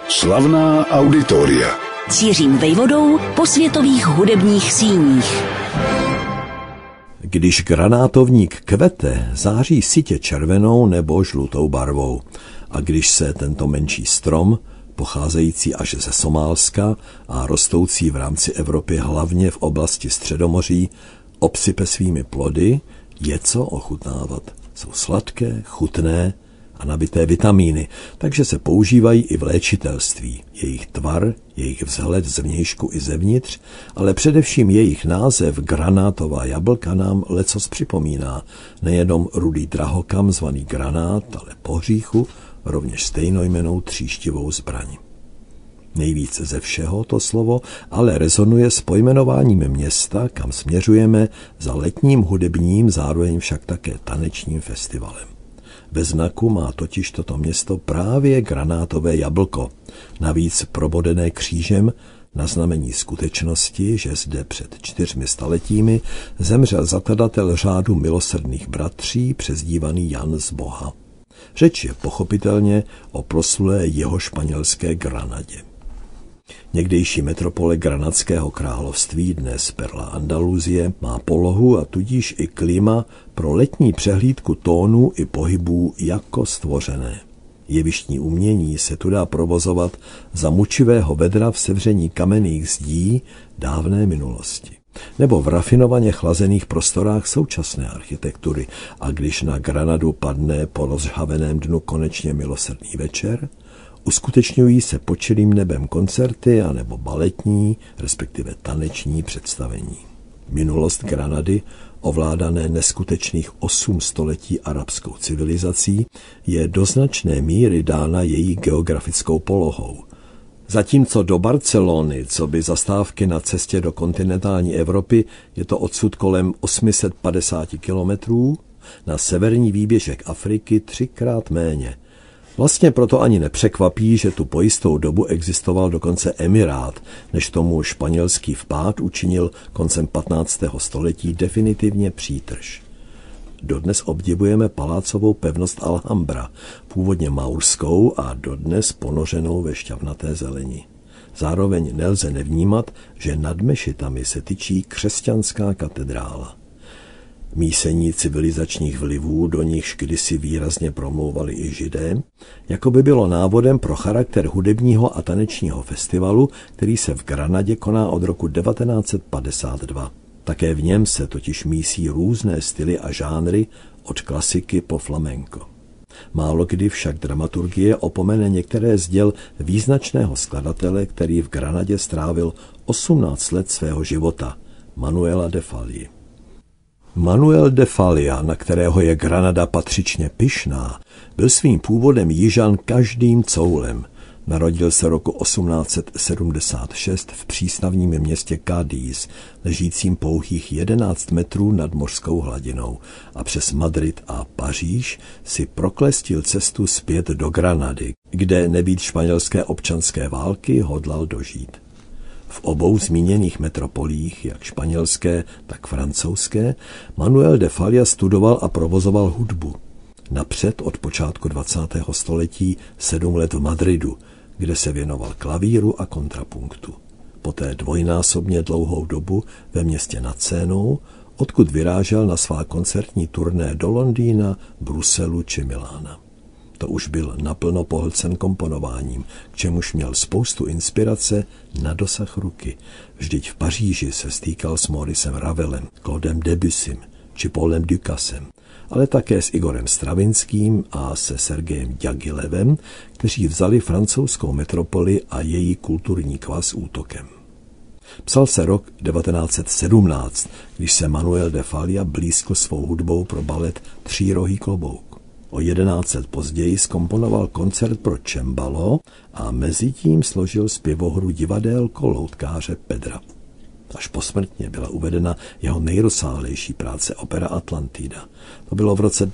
Slavná auditoria. Cířím vejvodou po světových hudebních síních. Když granátovník kvete, září sytě červenou nebo žlutou barvou. A když se tento menší strom, pocházející až ze Somálska a rostoucí v rámci Evropy hlavně v oblasti Středomoří, obsype svými plody, je co ochutnávat. Jsou sladké, chutné a nabité vitamíny, takže se používají i v léčitelství. Jejich tvar, jejich vzhled zvnějšku i zevnitř, ale především jejich název granátová jablka nám lecos připomíná. Nejenom rudý drahokam zvaný granát, ale po hříchu rovněž stejnojmennou tříštivou zbraň. Nejvíc ze všeho to slovo ale rezonuje s pojmenováním města, kam směřujeme za letním hudebním, zároveň však také tanečním festivalem. Ve znaku má totiž toto město právě granátové jablko, navíc probodené křížem na znamení skutečnosti, že zde před 4 staletími zemřel zakladatel řádu milosrdných bratří, přezdívaný Jan z Boha. Řeč je pochopitelně o proslulé jihošpanělské Granadě. Někdejší metropole Granadského království, dnes Perla Andaluzie, má polohu a tudíž i klima pro letní přehlídku tónů i pohybů jako stvořené. Jevištní umění se tu dá provozovat za mučivého vedra v sevření kamenných zdí dávné minulosti, nebo v rafinovaně chlazených prostorách současné architektury. A když na Granadu padne po rozžhaveném dnu konečně milosrdný večer, uskutečňují se pod čirým nebem koncerty anebo baletní, respektive taneční představení. Minulost Granady, ovládané neskutečných 8 století arabskou civilizací, je do značné míry dána její geografickou polohou. Zatímco do Barcelony, co by zastávky na cestě do kontinentální Evropy, je to odsud kolem 850 kilometrů, na severní výběžek Afriky 3krát méně. Vlastně proto ani nepřekvapí, že tu po jistou dobu existoval dokonce emirát, než tomu španělský vpád učinil koncem 15. století definitivně přítrž. Dodnes obdivujeme palácovou pevnost Alhambra, původně maurskou a dodnes ponořenou ve šťavnaté zeleni. Zároveň nelze nevnímat, že nad mešitami se tyčí křesťanská katedrála. Mísení civilizačních vlivů, do nichž kdysi výrazně promlouvali i Židé, jako by bylo návodem pro charakter hudebního a tanečního festivalu, který se v Granadě koná od roku 1952. Také v něm se totiž mísí různé styly a žánry od klasiky po flamenco. Málo kdy však dramaturgie opomene některé z děl význačného skladatele, který v Granadě strávil 18 let svého života, Manuela de Falla. Manuel de Falla, na kterého je Granada patřičně pyšná, byl svým původem jižan každým coulem. Narodil se roku 1876 v přístavním městě Cádiz, ležícím pouhých 11 metrů nad mořskou hladinou, a přes Madrid a Paříž si proklestil cestu zpět do Granady, kde nebýt španělské občanské války hodlal dožít. V obou zmíněných metropolích, jak španělské, tak francouzské, Manuel de Falla studoval a provozoval hudbu. Napřed od počátku 20. století 7 let v Madridu, kde se věnoval klavíru a kontrapunktu. Poté dvojnásobně dlouhou dobu ve městě nad Sénou, odkud vyrážel na svá koncertní turné do Londýna, Bruselu či Milána. To už byl naplno pohlcen komponováním, k čemuž měl spoustu inspirace na dosah ruky. Vždyť v Paříži se stýkal s Mauricem Ravelem, Claudem Debussym či Paulem Ducassem, ale také s Igorem Stravinským a se Sergejem Ďagilevem, kteří vzali francouzskou metropoli a její kulturní kvas útokem. Psal se rok 1917, když se Manuel de Falla blízkl svou hudbou pro balet Třírohý klobouk. O 11 let později zkomponoval koncert pro cembalo a mezitím složil zpěvohru divadélko loutkáře Pedra. Až posmrtně byla uvedena jeho nejrozsáhlejší práce opera Atlantida. To bylo v roce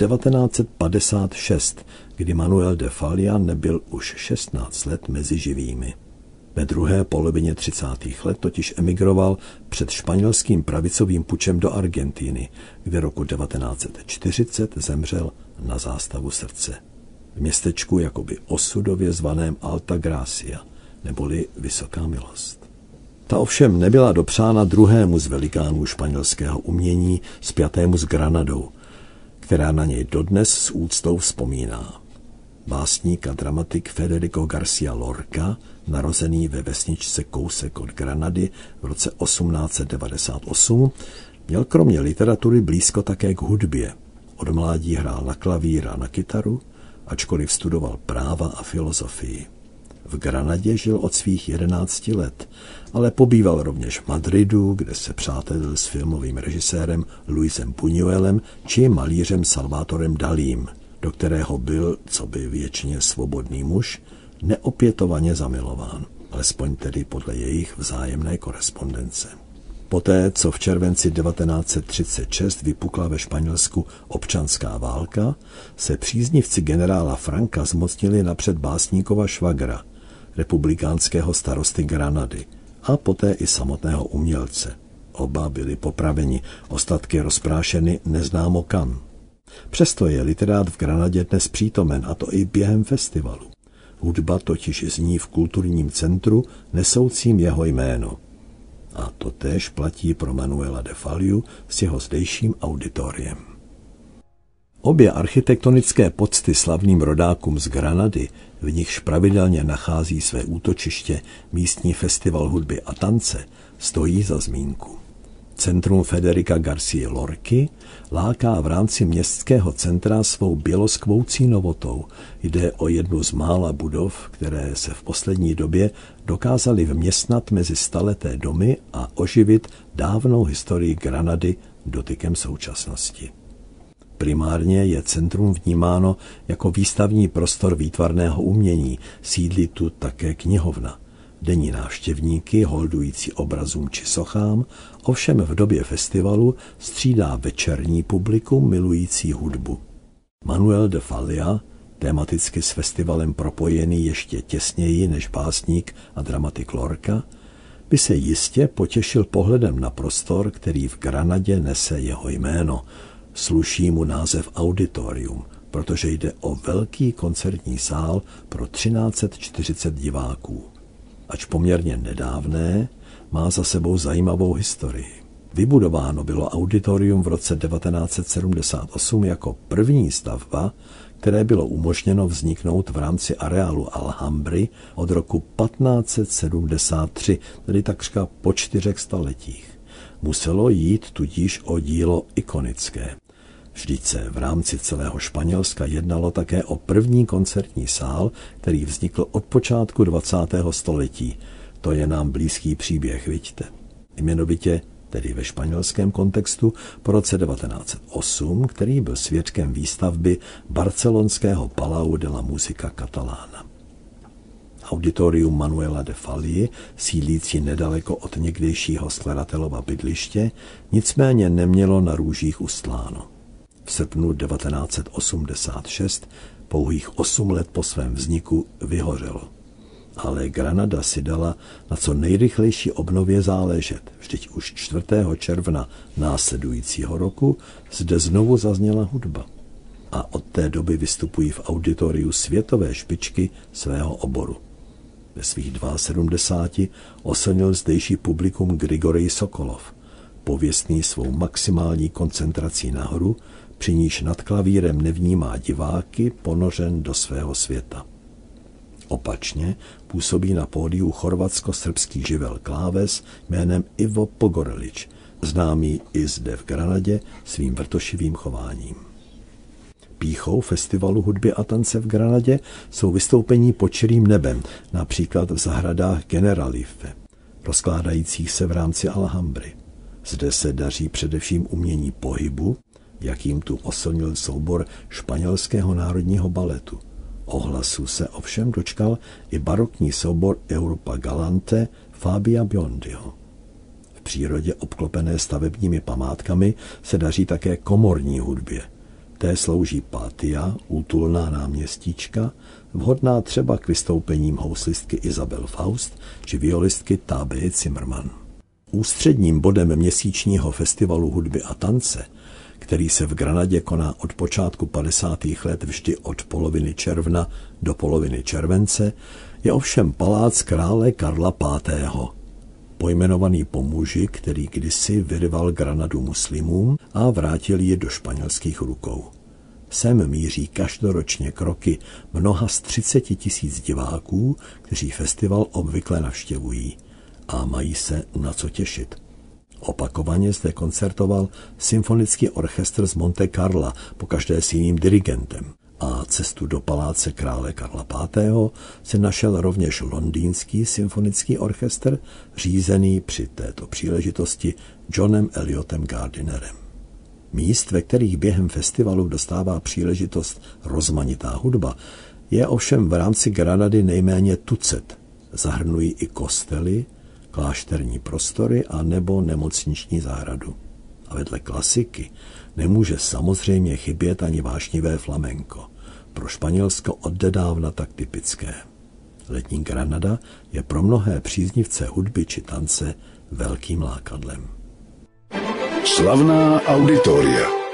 1956, kdy Manuel de Falla nebyl už 16 let mezi živými. Ve druhé polovině 30. let totiž emigroval před španělským pravicovým pučem do Argentiny, kde roku 1940 zemřel na zástavu srdce. v městečku jakoby osudově zvaném Alta Gracia, neboli Vysoká milost. Ta ovšem nebyla dopřána druhému z velikánů španělského umění, spjatému s Granadou, která na něj dodnes s úctou vzpomíná. Básník a dramatik Federico García Lorca, narozený ve vesničce kousek od Granady v roce 1898, měl kromě literatury blízko také k hudbě. Od mládí hrál na klavír a na kytaru, ačkoliv studoval práva a filozofii. V Granadě žil od svých 11 let, ale pobýval rovněž v Madridu, kde se přátelil s filmovým režisérem Luisem Buñuelem či malířem Salvatorem Dalím, do kterého byl, co by věčně svobodný muž, neopětovaně zamilován, alespoň tedy podle jejich vzájemné korespondence. Poté, co v červenci 1936 vypukla ve Španělsku občanská válka, se příznivci generála Franka zmocnili napřed básníkova švagra, republikánského starosty Granady, a poté i samotného umělce. Oba byli popraveni, ostatky rozprášeny neznámo kam. Přesto je literát v Granadě dnes přítomen, a to i během festivalu. Hudba totiž zní v kulturním centru nesoucím jeho jméno. A to též platí pro Manuela de Faliu s jeho zdejším auditoriem. Obě architektonické pocty slavným rodákům z Granady, v nichž pravidelně nachází své útočiště místní festival hudby a tance, stojí za zmínku. Centrum Federica García Lorky láká v rámci městského centra svou běloskvoucí novotou. Jde o jednu z mála budov, které se v poslední době dokázaly vměstnat mezi staleté domy a oživit dávnou historii Granady dotykem současnosti. Primárně je centrum vnímáno jako výstavní prostor výtvarného umění, sídlí tu také knihovna. Denní návštěvníky, holdující obrazům či sochám, ovšem v době festivalu střídá večerní publikum milující hudbu. Manuel de Falla, tematicky s festivalem propojený ještě těsněji než básník a dramatik Lorca, by se jistě potěšil pohledem na prostor, který v Granadě nese jeho jméno. Sluší mu název auditorium, protože jde o velký koncertní sál pro 1340 diváků. Ač poměrně nedávné, má za sebou zajímavou historii. Vybudováno bylo auditorium v roce 1978 jako první stavba, které bylo umožněno vzniknout v rámci areálu Alhambry od roku 1573, tedy takřka po 4 staletích. Muselo jít tudíž o dílo ikonické. Vždyť se v rámci celého Španělska jednalo také o první koncertní sál, který vznikl od počátku 20. století. To je nám blízký příběh, vidíte. Jmenovitě, tedy ve španělském kontextu, po roce 1908, který byl svědkem výstavby barcelonského Palau de la Música Catalana. Auditorium Manuela de Falla, sídlící nedaleko od někdejšího skladatelova bydliště, nicméně nemělo na růžích ustláno. V srpnu 1986, pouhých 8 let po svém vzniku, vyhořelo. Ale Granada si dala na co nejrychlejší obnově záležet. Vždyť už 4. června následujícího roku zde znovu zazněla hudba. A od té doby vystupují v auditoriu světové špičky svého oboru. Ve svých 72 oslnil zdejší publikum Grigorij Sokolov, pověstný svou maximální koncentrací na hru, při níž nad klavírem nevnímá diváky, ponořen do svého světa. Opačně působí na pódiu chorvatsko-srbský živel kláves jménem Ivo Pogorelič, známý i zde v Granadě svým vrtošivým chováním. Pýchou festivalu hudby a tance v Granadě jsou vystoupení pod čirým nebem, například v zahradách Generalife, rozkládajících se v rámci Alhambry. Zde se daří především umění pohybu, jakým tu oslnil soubor španělského národního baletu. Ohlasu se ovšem dočkal i barokní soubor Europa Galante Fabia Biondiho. V přírodě obklopené stavebními památkami se daří také komorní hudbě. Té slouží pátia, útulná náměstíčka, vhodná třeba k vystoupením houslistky Isabel Faust či violistky Tabea Zimmermann. Ústředním bodem měsíčního festivalu hudby a tance, který se v Granadě koná od počátku 50. let vždy od poloviny června do poloviny července, je ovšem palác krále Karla V., pojmenovaný po muži, který kdysi vyrval Granadu muslimům a vrátil ji do španělských rukou. Sem míří každoročně kroky mnoha z 30 000 diváků, kteří festival obvykle navštěvují a mají se na co těšit. Opakovaně zde koncertoval symfonický orchestr z Monte Carla, pokaždé s jiným dirigentem. A cestu do paláce krále Karla V. se našel rovněž londýnský symfonický orchestr, řízený při této příležitosti Johnem Eliotem Gardinerem. Míst, ve kterých během festivalu dostává příležitost rozmanitá hudba, je ovšem v rámci Granady nejméně tucet. Zahrnují i kostely, klášterní prostory a nebo nemocniční zahradu. A vedle klasiky nemůže samozřejmě chybět ani vášnivé flamenko, pro Španělsko odedávna tak typické. Letní Granada je pro mnohé příznivce hudby či tance velkým lákadlem. Slavná auditoria.